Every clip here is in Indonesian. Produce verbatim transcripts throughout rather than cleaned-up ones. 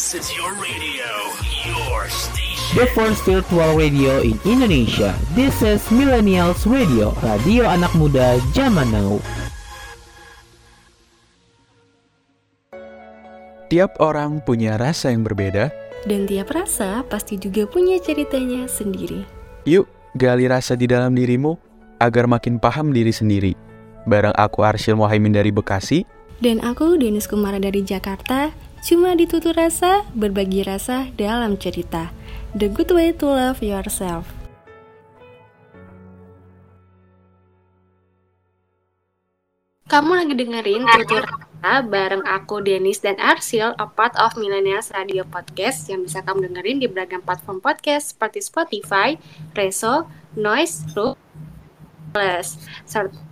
This is your radio, your station. The first virtual radio in Indonesia. This is Millennials Radio, radio anak muda zaman now. Tiap orang punya rasa yang berbeda. Dan tiap rasa pasti juga punya ceritanya sendiri. Yuk, gali rasa di dalam dirimu agar makin paham diri sendiri. Bareng aku Arsyil Mohaimin dari Bekasi. Dan aku Denis Kumara dari Jakarta. Cuma ditutur rasa, berbagi rasa dalam cerita. The good way to love yourself. Kamu lagi dengerin Tutur Rasa bareng aku Denis dan Arsyil, a part of Millennials Radio Podcast yang bisa kamu dengerin di beragam platform podcast seperti Spotify, Reso, Noise, Room, Plus, serta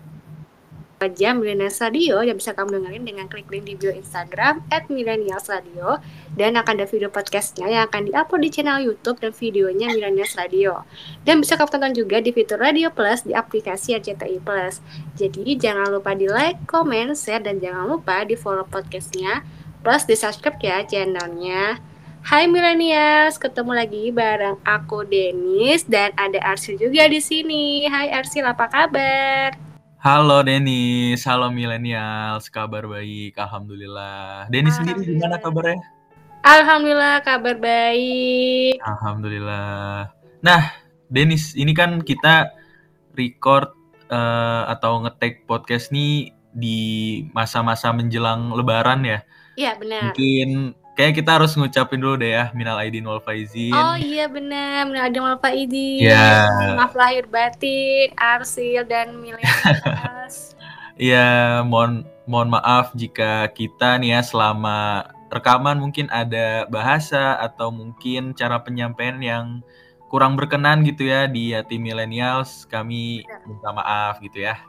jam Millennials Radio yang bisa kamu dengerin dengan klik link di bio Instagram at Millennials Radio, dan akan ada video podcastnya yang akan diupload di channel YouTube dan videonya Millennials Radio, dan bisa kamu tonton juga di fitur Radio Plus di aplikasi R C T I Plus. Jadi jangan lupa di like, comment, share, dan jangan lupa di follow podcastnya plus di subscribe ya channelnya. Hai Millennials, ketemu lagi bareng aku Denis dan ada Arsyil juga di sini. Hai Arsyil, apa kabar? Halo Denis, halo Millennials, kabar baik, alhamdulillah. Denis sendiri gimana kabarnya? Alhamdulillah, kabar baik. Alhamdulillah. Nah, Denis, ini kan kita record uh, atau nge-take podcast nih di masa-masa menjelang Lebaran ya. Iya, benar. Mungkin kayak kita harus ngucapin dulu deh ya, minal aidin wal faizin. Oh iya benar, minal aidin wal faizin. Ya. Maaf lahir batin, Arsyil dan Millennials. Iya, mohon mohon maaf jika kita nih ya selama rekaman mungkin ada bahasa atau mungkin cara penyampaian yang kurang berkenan gitu ya di hati Millennials. Kami minta maaf gitu ya.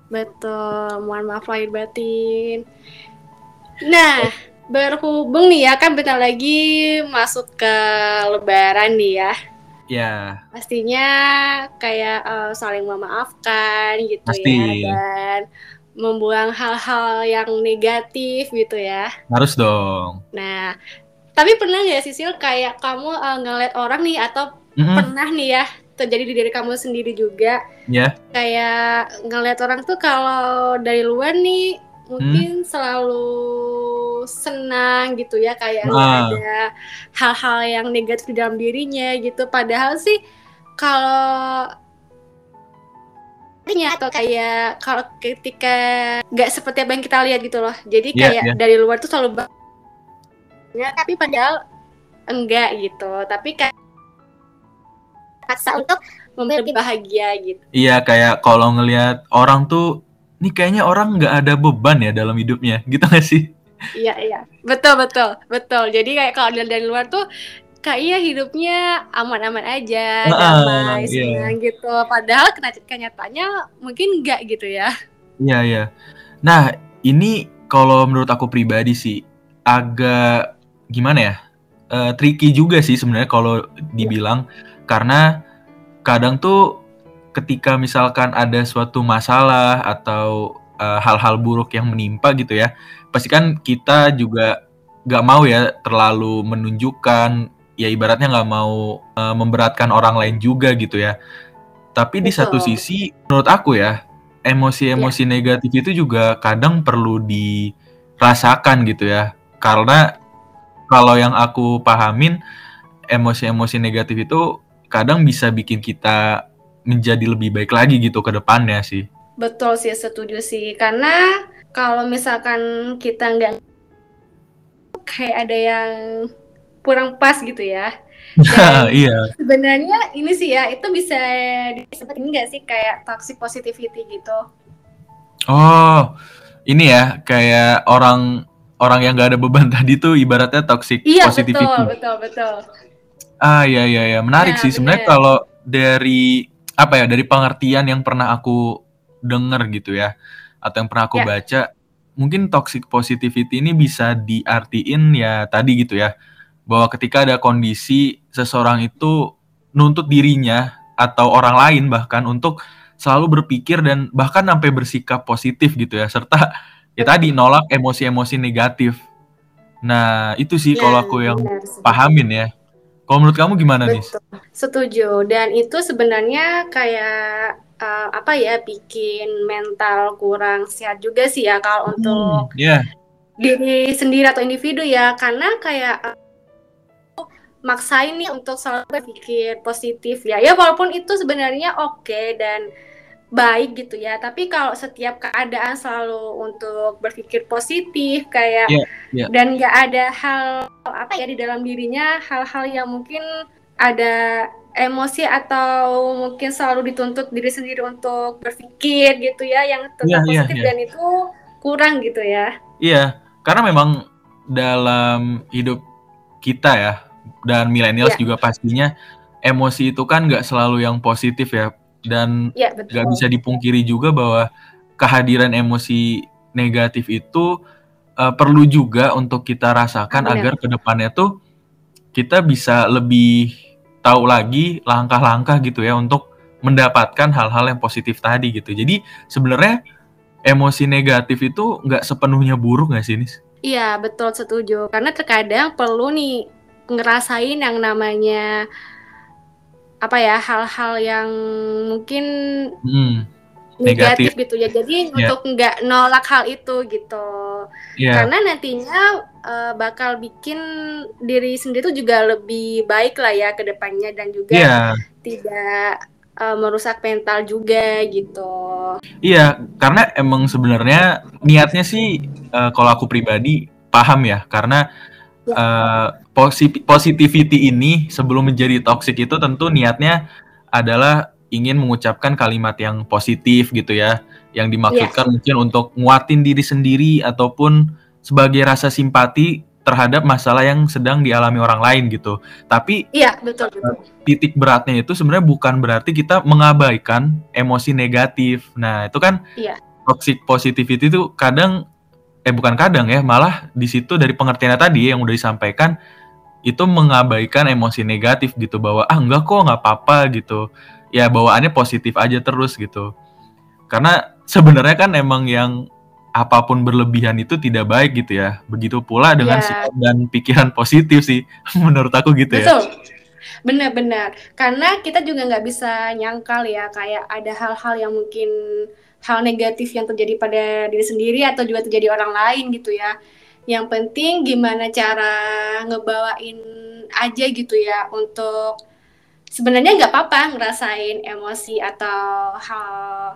Betul, mohon maaf lahir batin. Nah, berhubung nih ya, kan bentar lagi masuk ke Lebaran nih ya. Ya. Pastinya kayak uh, saling memaafkan gitu. Pasti. Ya, dan membuang hal-hal yang negatif gitu ya. Harus dong. Nah, tapi pernah nggak sih Sil kayak kamu uh, ngeliat orang nih atau mm-hmm. pernah nih ya terjadi di diri kamu sendiri juga? Ya. Yeah. Kayak ngeliat orang tuh kalau dari luar nih mungkin hmm. selalu senang gitu ya, kayak ah. ada hal-hal yang negatif di dalam dirinya gitu, padahal sih kalau atau kayak kalau ketika nggak seperti apa yang kita lihat gitu loh, jadi kayak yeah, yeah. dari luar tuh selalu banyak tapi padahal enggak gitu, tapi kayak paksa untuk memberi bahagia gitu. Iya, kayak kalau ngelihat orang tuh ini kayaknya orang nggak ada beban ya dalam hidupnya, gitu nggak sih? Iya, iya. Betul, betul, betul. Jadi kayak kalau dari, dari luar tuh kayaknya hidupnya aman-aman aja, damai, uh, senang yeah. gitu. Padahal kenyataannya mungkin nggak gitu ya. Iya, iya. Nah, ini kalau menurut aku pribadi sih agak gimana ya? Uh, tricky juga sih sebenarnya kalau dibilang. Yeah. Karena kadang tuh ketika misalkan ada suatu masalah atau uh, hal-hal buruk yang menimpa gitu ya, pasti kan kita juga gak mau ya terlalu menunjukkan, ya ibaratnya gak mau uh, memberatkan orang lain juga gitu ya. Tapi Betul. Di satu sisi menurut aku ya, emosi-emosi ya. negatif itu juga kadang perlu dirasakan gitu ya. Karena kalau yang aku pahamin, emosi-emosi negatif itu kadang bisa bikin kita menjadi lebih baik lagi gitu ke depannya sih. Betul sih, setuju sih. Karena kalau misalkan kita nggak kayak ada yang kurang pas gitu ya. Dan iya. Sebenarnya ini sih ya, itu bisa disebutin nggak sih kayak toxic positivity gitu? Oh, ini ya kayak orang orang yang nggak ada beban tadi tuh ibaratnya toxic iya, positivity. Iya betul, betul, betul. Ah iya iya iya, menarik nah, sih sebenarnya kalau dari apa ya, dari pengertian yang pernah aku dengar gitu ya, atau yang pernah aku ya. baca, mungkin toxic positivity ini bisa diartiin ya tadi gitu ya, bahwa ketika ada kondisi seseorang itu nuntut dirinya atau orang lain bahkan untuk selalu berpikir dan bahkan sampai bersikap positif gitu ya, serta ya tadi nolak emosi-emosi negatif. Nah, itu sih Nah, kalau aku yang benar, setuju. pahamin ya. Kalau menurut kamu gimana, Nis? Betul, setuju. Dan itu sebenarnya kayak eh, apa ya, bikin mental kurang sehat juga sih ya kalau Hmm, untuk ya, diri sendiri atau individu ya, karena kayak eh, maksain nih untuk selalu berpikir positif ya. Ya walaupun itu sebenarnya oke dan baik gitu ya, tapi kalau setiap keadaan selalu untuk berpikir positif kayak ya, ya, dan nggak ada hal apa ya di dalam dirinya, hal-hal yang mungkin ada emosi atau mungkin selalu dituntut diri sendiri untuk berpikir gitu ya yang ya, tentang ya, positif, ya. dan itu kurang gitu ya. Iya, karena memang dalam hidup kita ya, dan millennials Iya, juga pastinya emosi itu kan nggak selalu yang positif ya, dan iya nggak betul. bisa dipungkiri juga bahwa kehadiran emosi negatif itu eh, perlu juga untuk kita Ah, rasakan benar. agar kedepannya tuh kita bisa lebih tahu lagi langkah-langkah gitu ya untuk mendapatkan hal-hal yang positif tadi gitu. Jadi sebenarnya emosi negatif itu nggak sepenuhnya buruk nggak sih, Nis? Iya, betul, setuju. Karena terkadang perlu nih ngerasain yang namanya apa ya, hal-hal yang mungkin Hmm, negatif negatif. gitu ya. Jadi Ya, untuk nggak nolak hal itu gitu. ya, Karena nantinya eh, bakal bikin diri sendiri tuh juga lebih baik lah ya ke depannya, dan juga iya, tidak eh, merusak mental juga gitu. iya. Karena emang sebenarnya niatnya sih, eh, kalau aku pribadi paham ya. Karena Ya, eh, posi- positivity ini sebelum menjadi toxic itu tentu niatnya adalah ingin mengucapkan kalimat yang positif gitu ya, yang iya, dimaksudkan mungkin untuk nguatin diri sendiri ataupun sebagai rasa simpati terhadap masalah yang sedang dialami orang lain gitu. Tapi iya, betul, betul. titik beratnya itu sebenarnya bukan berarti kita mengabaikan emosi negatif. Nah, itu kan Iya, toxic positivity itu kadang eh bukan kadang ya, malah di situ dari pengertiannya tadi yang udah disampaikan itu mengabaikan emosi negatif gitu, bahwa ah enggak kok, nggak apa-apa gitu. Ya bawaannya positif aja terus gitu. Karena sebenarnya kan emang yang apapun berlebihan itu tidak baik gitu ya. Begitu pula dengan iya, sikap dan pikiran positif sih menurut aku gitu ya. betul. Benar-benar, karena kita juga nggak bisa nyangkal ya, kayak ada hal-hal yang mungkin hal negatif yang terjadi pada diri sendiri atau juga terjadi orang lain gitu ya. Yang penting gimana cara ngebawain aja gitu ya, untuk sebenarnya nggak apa-apa ngerasain emosi atau hal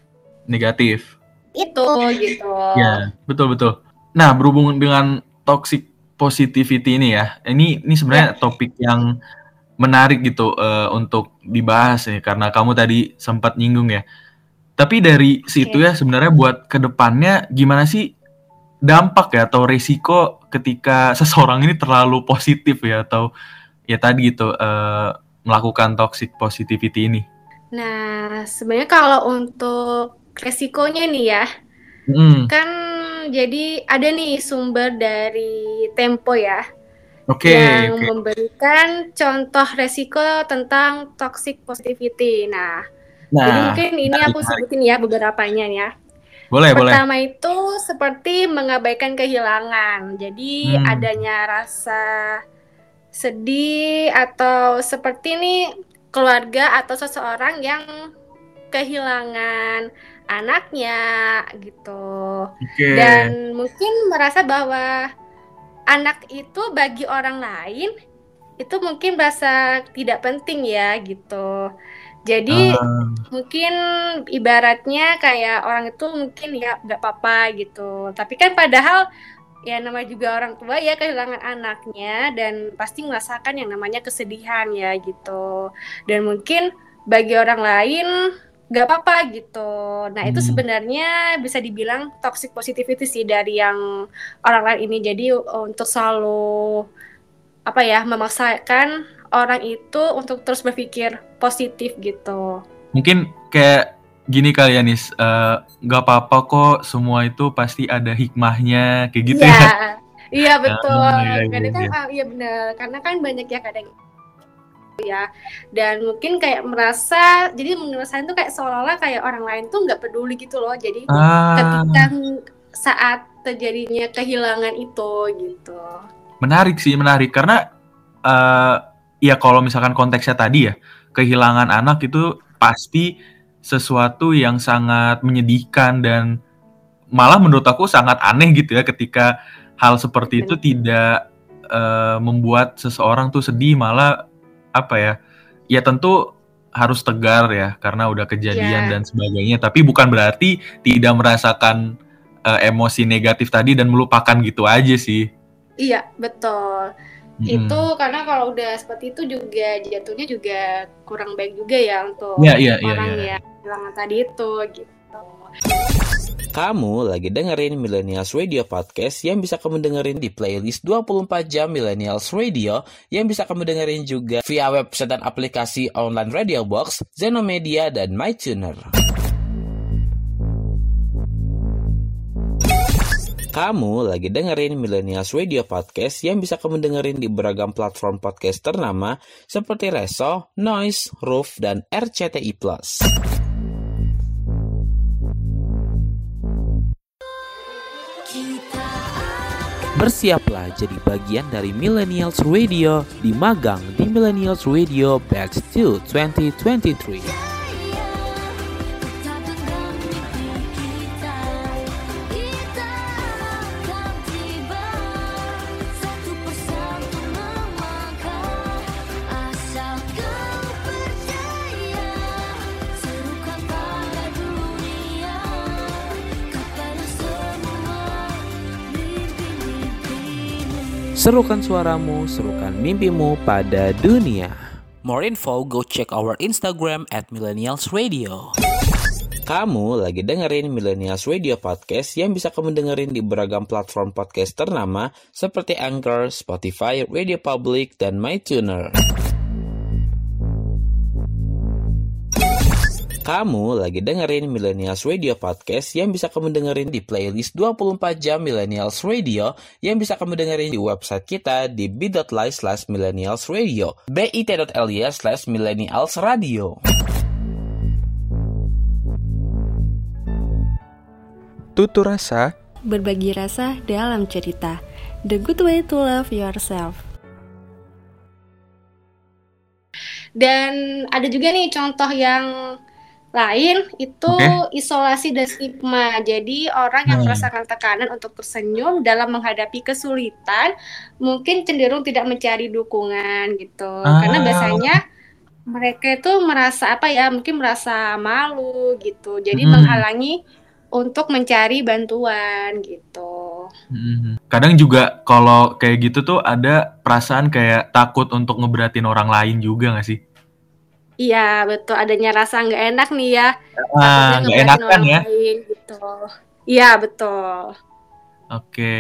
Negatif. itu gitu. Ya, betul betul. Nah, berhubung dengan toxic positivity ini ya, ini ini sebenarnya Ya, topik yang menarik gitu eh, untuk dibahas nih karena kamu tadi sempat nyinggung ya. Tapi dari situ oke. ya sebenarnya buat kedepannya gimana sih dampak ya atau risiko ketika seseorang ini terlalu positif ya atau ya tadi gitu eh, melakukan toxic positivity ini. Nah, sebenarnya kalau untuk resikonya nih ya, Hmm, kan jadi ada nih sumber dari Tempo ya, oke yang oke. memberikan contoh resiko tentang toxic positivity. Nah, jadi Nah, mungkin ini menarik aku menarik. sebutin ya beberapanya ya. Boleh boleh. Pertama itu seperti mengabaikan kehilangan. Jadi Hmm, adanya rasa sedih atau seperti nih keluarga atau seseorang yang kehilangan anaknya gitu. oke. Dan mungkin merasa bahwa anak itu bagi orang lain itu mungkin merasa tidak penting ya gitu. Jadi Ah, mungkin ibaratnya kayak orang itu mungkin ya nggak apa-apa gitu. Tapi kan padahal ya namanya juga orang tua ya kehilangan anaknya, dan pasti merasakan yang namanya kesedihan ya gitu. Dan mungkin bagi orang lain nggak apa-apa gitu. Nah itu hmm. sebenarnya bisa dibilang toxic positivity sih dari yang orang lain ini. Jadi untuk selalu apa ya, memaksakan orang itu untuk terus berpikir positif gitu. Mungkin kayak gini kali ya Nis, eh, nggak apa-apa kok, semua itu pasti ada hikmahnya kayak gitu Iya, ya. iya Ah, betul. iya, iya, Kadang kan iya. ah, iya benar. Karena kan banyak ya kadang ya. Dan mungkin kayak merasa, jadi ngerasain tuh kayak seolah-olah kayak orang lain tuh nggak peduli gitu loh. Jadi ketika Ah, saat terjadinya kehilangan itu gitu. Menarik sih, menarik karena uh, ya kalau misalkan konteksnya tadi ya, kehilangan anak itu pasti sesuatu yang sangat menyedihkan dan malah menurut aku sangat aneh gitu ya ketika hal seperti itu tidak uh, membuat seseorang tuh sedih, malah apa ya, ya tentu harus tegar ya karena udah kejadian yeah. dan sebagainya, tapi bukan berarti tidak merasakan uh, emosi negatif tadi dan melupakan gitu aja sih. Iya, betul. Hmm. Itu karena kalau udah seperti itu juga jatuhnya juga kurang baik juga ya untuk yeah, yeah, orang yeah, yeah. yang kehilangan tadi itu gitu. Kamu lagi dengerin Millennials Radio Podcast yang bisa kamu dengerin di playlist dua puluh empat jam Millennials Radio yang bisa kamu dengerin juga via website dan aplikasi online Radio Box, Zenomedia, dan MyTuner. Kamu lagi dengerin Millennials Radio Podcast yang bisa kamu dengerin di beragam platform podcast ternama seperti Reso, Noise, Roof, dan R C T I Plus. Bersiaplah jadi bagian dari Millennials Radio di magang di Millennials Radio Batch dua dua ribu dua puluh tiga. Serukan suaramu, serukan mimpimu pada dunia. More info, go check our Instagram at Millennials Radio. Kamu lagi dengerin Millennials Radio Podcast yang bisa kamu dengerin di beragam platform podcast ternama seperti Anchor, Spotify, Radio Public, dan MyTuner. Kamu lagi dengerin Millennials Radio Podcast yang bisa kamu dengerin di playlist dua puluh empat jam Millennials Radio yang bisa kamu dengerin di website kita di bit.ly slash millennials radio, bit.ly slash millennials radio. Tutur rasa, berbagi rasa dalam cerita. The good way to love yourself. Dan ada juga nih contoh yang lain itu okay. isolasi dan stigma. Jadi orang yang hmm. merasakan tekanan untuk tersenyum dalam menghadapi kesulitan mungkin cenderung tidak mencari dukungan gitu. Ah. Karena biasanya mereka itu merasa apa ya? Mungkin merasa malu gitu. Jadi hmm. menghalangi untuk mencari bantuan gitu. Hmm. Kadang juga kalau kayak gitu tuh ada perasaan kayak takut untuk ngeberatin orang lain juga nggak sih? Iya betul, adanya rasa nggak enak nih ya, ah, nggak enak kan ya? Lain, gitu. Iya betul. Oke,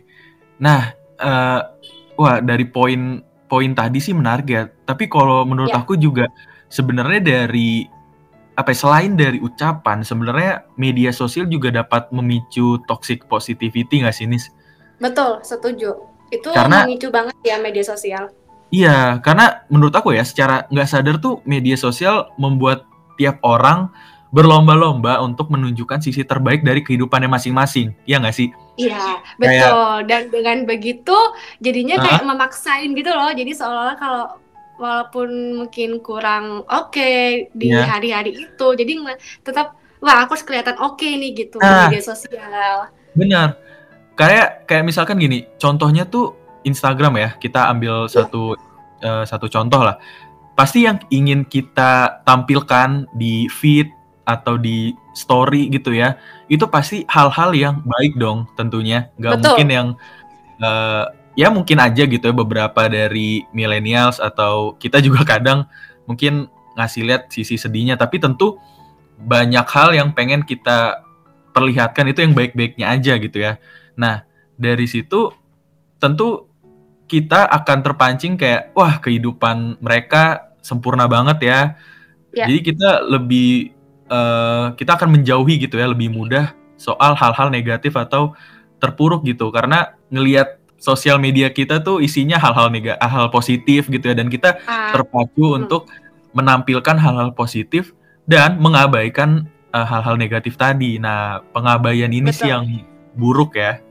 nah, uh, wah dari poin-poin tadi sih menarik ya. Tapi kalau menurut ya. aku juga sebenarnya dari apa? Selain dari ucapan, sebenarnya media sosial juga dapat memicu toxic positivity nggak sih, Nis? Betul, setuju. Itu Karena, memicu banget ya media sosial. Iya, karena menurut aku ya secara nggak sadar tuh media sosial membuat tiap orang berlomba-lomba untuk menunjukkan sisi terbaik dari kehidupannya masing-masing, iya nggak sih? Iya, betul. Kayak, dan dengan begitu jadinya uh, kayak memaksain gitu loh. Jadi seolah-olah kalau walaupun mungkin kurang oke okay di yeah. hari-hari itu, jadi tetap wah aku harus kelihatan oke okay nih gitu nah, di media sosial. Benar. Kayak kayak misalkan gini, contohnya tuh Instagram ya, kita ambil yeah. satu uh, satu contoh lah. Pasti yang ingin kita tampilkan di feed atau di story gitu ya, itu pasti hal-hal yang baik dong tentunya. Gak Betul. mungkin yang uh, ya mungkin aja gitu ya beberapa dari millennials atau kita juga kadang mungkin ngasih lihat sisi sedihnya, tapi tentu banyak hal yang pengen kita perlihatkan itu yang baik-baiknya aja gitu ya. Nah dari situ tentu kita akan terpancing kayak, wah kehidupan mereka sempurna banget ya. ya. Jadi kita lebih, uh, kita akan menjauhi gitu ya, lebih mudah soal hal-hal negatif atau terpuruk gitu. Karena ngelihat sosial media kita tuh isinya hal-hal nega- hal positif gitu ya. Dan kita ah. terpacu hmm. untuk menampilkan hal-hal positif dan mengabaikan uh, hal-hal negatif tadi. Nah, pengabaian ini Betul. sih yang buruk ya.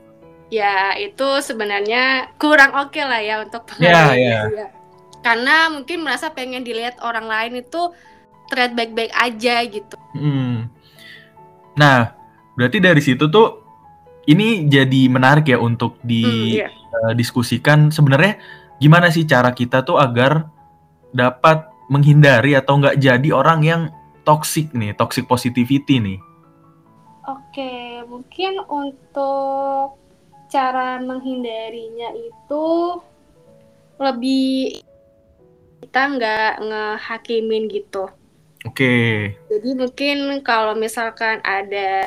ya itu sebenarnya kurang oke okay lah ya untuk Ya, pengaruh ya. ya. Karena mungkin merasa pengen dilihat orang lain itu terlihat baik-baik aja gitu. Hmm. Nah, berarti dari situ tuh ini jadi menarik ya untuk didiskusikan. Hmm, iya. Uh, sebenarnya gimana sih cara kita tuh agar dapat menghindari atau nggak jadi orang yang toxic nih, toxic positivity nih. Oke, mungkin untuk cara menghindarinya itu lebih kita nggak ngehakimin gitu. Oke. Jadi mungkin kalau misalkan ada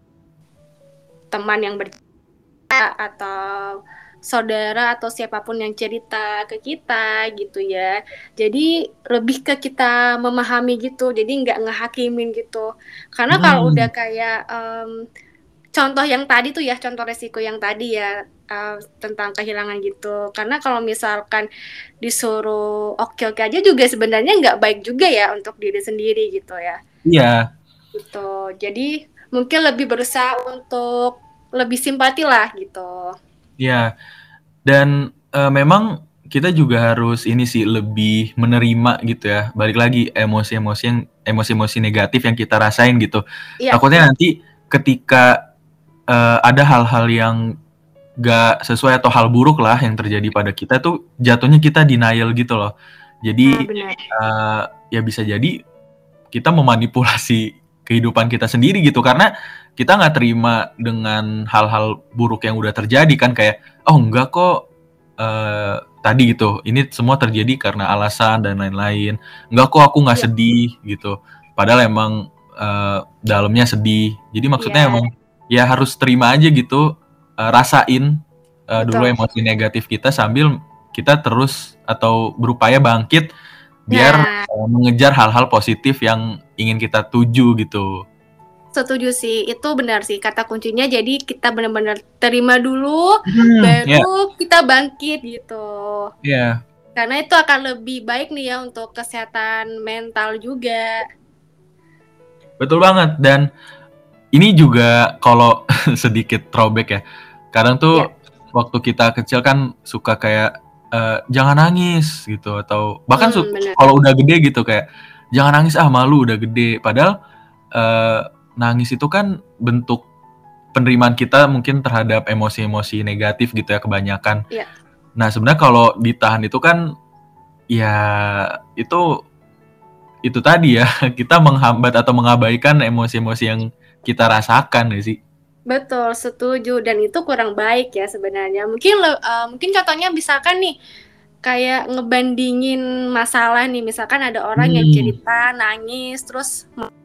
teman yang bercerita atau saudara atau siapapun yang cerita ke kita gitu ya, jadi lebih ke kita memahami gitu, jadi nggak ngehakimin gitu. Karena Hmm. kalau udah kayak um, contoh yang tadi tuh ya, contoh resiko yang tadi ya, uh, tentang kehilangan gitu. Karena kalau misalkan disuruh oke-oke aja juga sebenarnya nggak baik juga ya untuk diri sendiri gitu ya. Iya. Gitu. Jadi mungkin lebih berusaha untuk lebih simpati lah gitu. Iya. Dan uh, memang kita juga harus ini sih lebih menerima gitu ya. Balik lagi emosi-emosi yang emosi-emosi negatif yang kita rasain gitu. Iya. Takutnya nanti ketika uh, ada hal-hal yang gak sesuai atau hal buruk lah yang terjadi pada kita tuh jatuhnya kita denial gitu loh. Jadi Nah, uh, ya bisa jadi kita memanipulasi kehidupan kita sendiri gitu karena kita nggak terima dengan hal-hal buruk yang udah terjadi kan, kayak oh enggak kok uh, tadi gitu ini semua terjadi karena alasan dan lain-lain, enggak kok aku nggak Iya. sedih gitu, padahal emang uh, dalamnya sedih. Jadi maksudnya Iya. emang ya harus terima aja gitu, uh, rasain uh, dulu Betul. emosi negatif kita sambil kita terus atau berupaya bangkit biar Nah, uh, mengejar hal-hal positif yang ingin kita tuju gitu. setuju sih, itu benar sih kata kuncinya. Jadi kita benar-benar terima dulu, Hmm, baru yeah. kita bangkit gitu. Iya. Yeah. Karena itu akan lebih baik nih ya untuk kesehatan mental juga. Betul banget. Dan ini juga kalau sedikit throwback ya, kadang tuh Yeah. waktu kita kecil kan suka kayak uh, jangan nangis gitu, atau bahkan Hmm, su- benar. kalau udah gede gitu kayak jangan nangis ah malu udah gede, padahal uh, nangis itu kan bentuk penerimaan kita mungkin terhadap emosi-emosi negatif gitu ya kebanyakan. Iya. Nah sebenarnya kalau ditahan itu kan ya itu itu tadi ya kita menghambat atau mengabaikan emosi-emosi yang kita rasakan ya sih. Betul, setuju, dan itu kurang baik ya sebenarnya. Mungkin uh, mungkin contohnya misalkan nih kayak ngebandingin masalah nih, misalkan ada orang Hmm. yang cerita nangis terus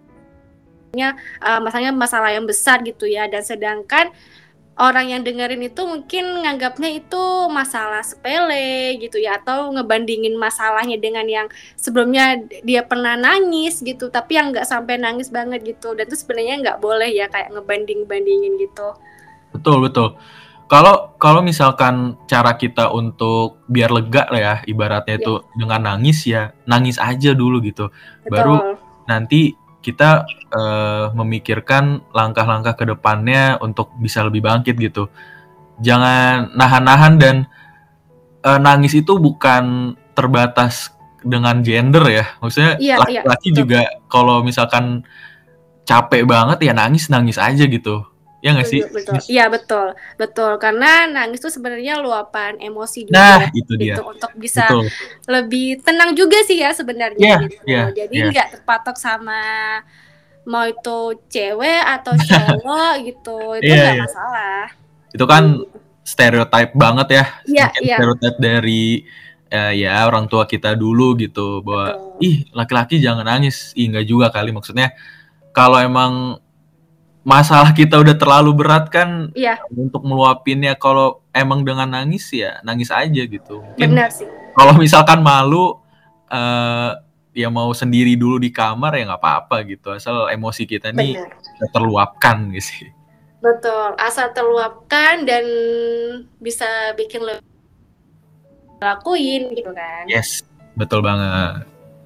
Uh, masalahnya masalah yang besar gitu ya, dan sedangkan orang yang dengerin itu mungkin nganggapnya itu masalah sepele gitu ya, atau ngebandingin masalahnya dengan yang sebelumnya dia pernah nangis gitu, tapi yang nggak sampai nangis banget gitu, dan itu sebenarnya nggak boleh ya kayak ngebanding-bandingin gitu. Betul betul. Kalau kalau misalkan cara kita untuk biar lega lah ya, ibaratnya itu Ya. dengan nangis ya nangis aja dulu gitu. Betul. Baru nanti kita uh, memikirkan langkah-langkah ke depannya untuk bisa lebih bangkit gitu. Jangan nahan-nahan, dan uh, nangis itu bukan terbatas dengan gender ya. Maksudnya Iya, laki-laki iya, juga kalau misalkan capek banget ya nangis-nangis aja gitu. Ya nggak sih? Betul, betul. Iya betul, betul. Karena nangis itu sebenarnya luapan emosi juga. Nah, itu dia. Gitu, untuk bisa Betul. lebih tenang juga sih ya sebenarnya. Yeah, gitu. yeah, Jadi yeah. nggak terpatok sama mau itu cewek atau cowok gitu, itu Iya, nggak iya. masalah. Itu kan stereotype banget ya. Iya, Mungkin iya. stereotype dari eh, ya orang tua kita dulu gitu, bahwa Betul. ih laki-laki jangan nangis. Ih nggak juga kali, maksudnya kalau emang masalah kita udah terlalu berat kan, Iya. untuk meluapinnya kalau emang dengan nangis ya nangis aja gitu. Mungkin Benar sih. kalau misalkan malu uh, ya mau sendiri dulu di kamar ya nggak apa-apa gitu, asal emosi kita nih Benar. terluapkan gitu sih. Betul, asal terluapkan dan bisa bikin lebih lakuin gitu kan. Yes, betul banget.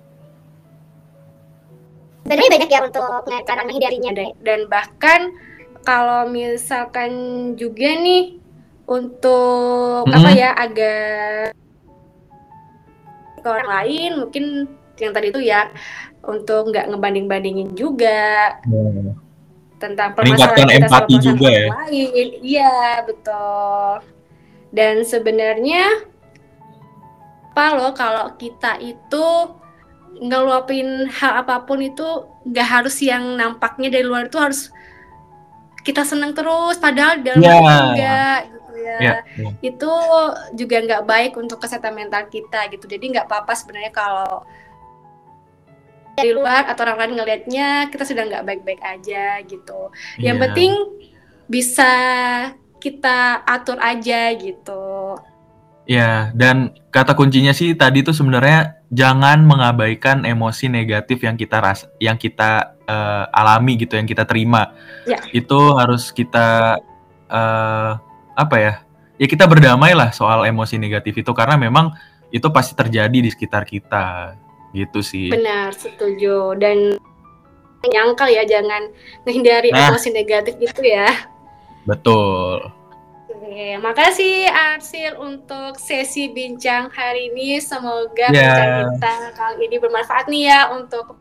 Sebenarnya banyak ya untuk cara menghindarinya deh. Dan bahkan kalau misalkan juga nih untuk Mm-mm. apa ya, agak ke orang lain mungkin yang tadi itu ya, untuk nggak ngebanding-bandingin juga Hmm. tentang Meningkatkan permasalahan kita sama empati perasaan juga orang ya. lain. Iya, betul. Dan sebenarnya apa loh, kalau kita itu ngeluapin hal apapun itu nggak harus yang nampaknya dari luar itu harus kita seneng terus, padahal di dalam Ya. hati enggak gitu ya. Ya, ya. Itu juga nggak baik untuk kesehatan mental kita gitu. Jadi nggak apa-apa sebenarnya kalau dari luar atau orang lain ngelihatnya kita sudah nggak baik-baik aja gitu. Yang Iya. penting bisa kita atur aja gitu. Ya, dan kata kuncinya sih tadi tuh sebenarnya jangan mengabaikan emosi negatif yang kita ras yang kita uh, alami gitu, yang kita terima. Ya. Itu harus kita uh, apa ya? Ya kita berdamai lah soal emosi negatif itu, karena memang itu pasti terjadi di sekitar kita. Gitu sih. Benar, setuju. Dan nyangkal ya, jangan menghindari Nah. emosi negatif itu ya. Betul. Oke, makasih Arsil untuk sesi bincang hari ini. Semoga Ya. bincang kita kali ini bermanfaat nih ya untuk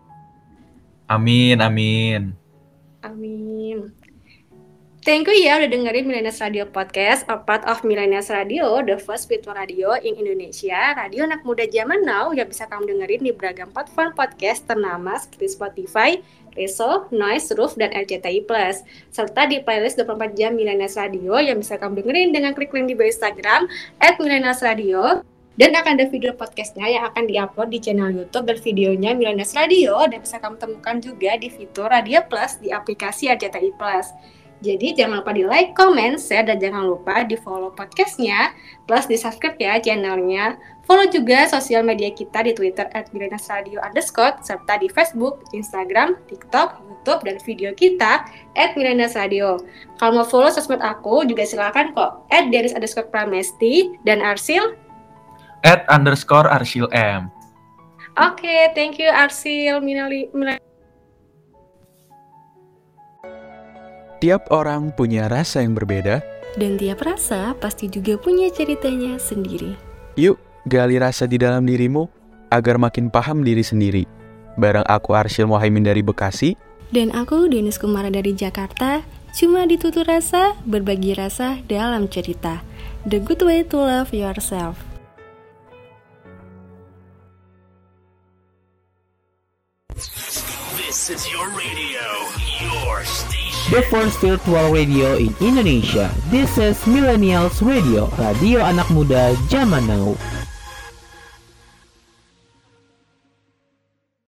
Amin, amin. Amin. Thank you ya udah dengerin Millennials Radio Podcast, a part of Millennials Radio, the first virtual radio in Indonesia. Radio anak muda zaman now yang bisa kamu dengerin di beragam platform podcast ternama seperti Spotify, Reso, Noise, Roof, dan R C T I Plus. Serta di playlist dua puluh empat jam Millennials Radio yang bisa kamu dengerin dengan klik link di bio Instagram at Millennials Radio. Dan akan ada video podcastnya yang akan diupload di channel YouTube dan videonya Millennials Radio, dan bisa kamu temukan juga di fitur Radio Plus di aplikasi R C T I Plus. Jadi jangan lupa di like, comment, share, dan jangan lupa di follow podcastnya, plus di subscribe ya channelnya. Follow juga sosial media kita di Twitter at millennials radio underscore, serta di Facebook, Instagram, TikTok, YouTube, dan video kita at millennials radio. Kalau mau follow sosmed aku juga silakan kok, at denis underscore pramesti, dan Arsil. At underscore Arsil M. Oke, okay, thank you Arsil. Minali, minali. Tiap orang punya rasa yang berbeda. Dan tiap rasa pasti juga punya ceritanya sendiri. Yuk, gali rasa di dalam dirimu agar makin paham diri sendiri. Bareng aku Arsyil Muhaimin dari Bekasi. Dan aku Denis Kumara dari Jakarta. Cuma ditutur rasa, berbagi rasa dalam cerita. The good way to love yourself. This is your radio, your station. The first virtual radio in Indonesia. This is Millennials Radio, radio anak muda zaman now.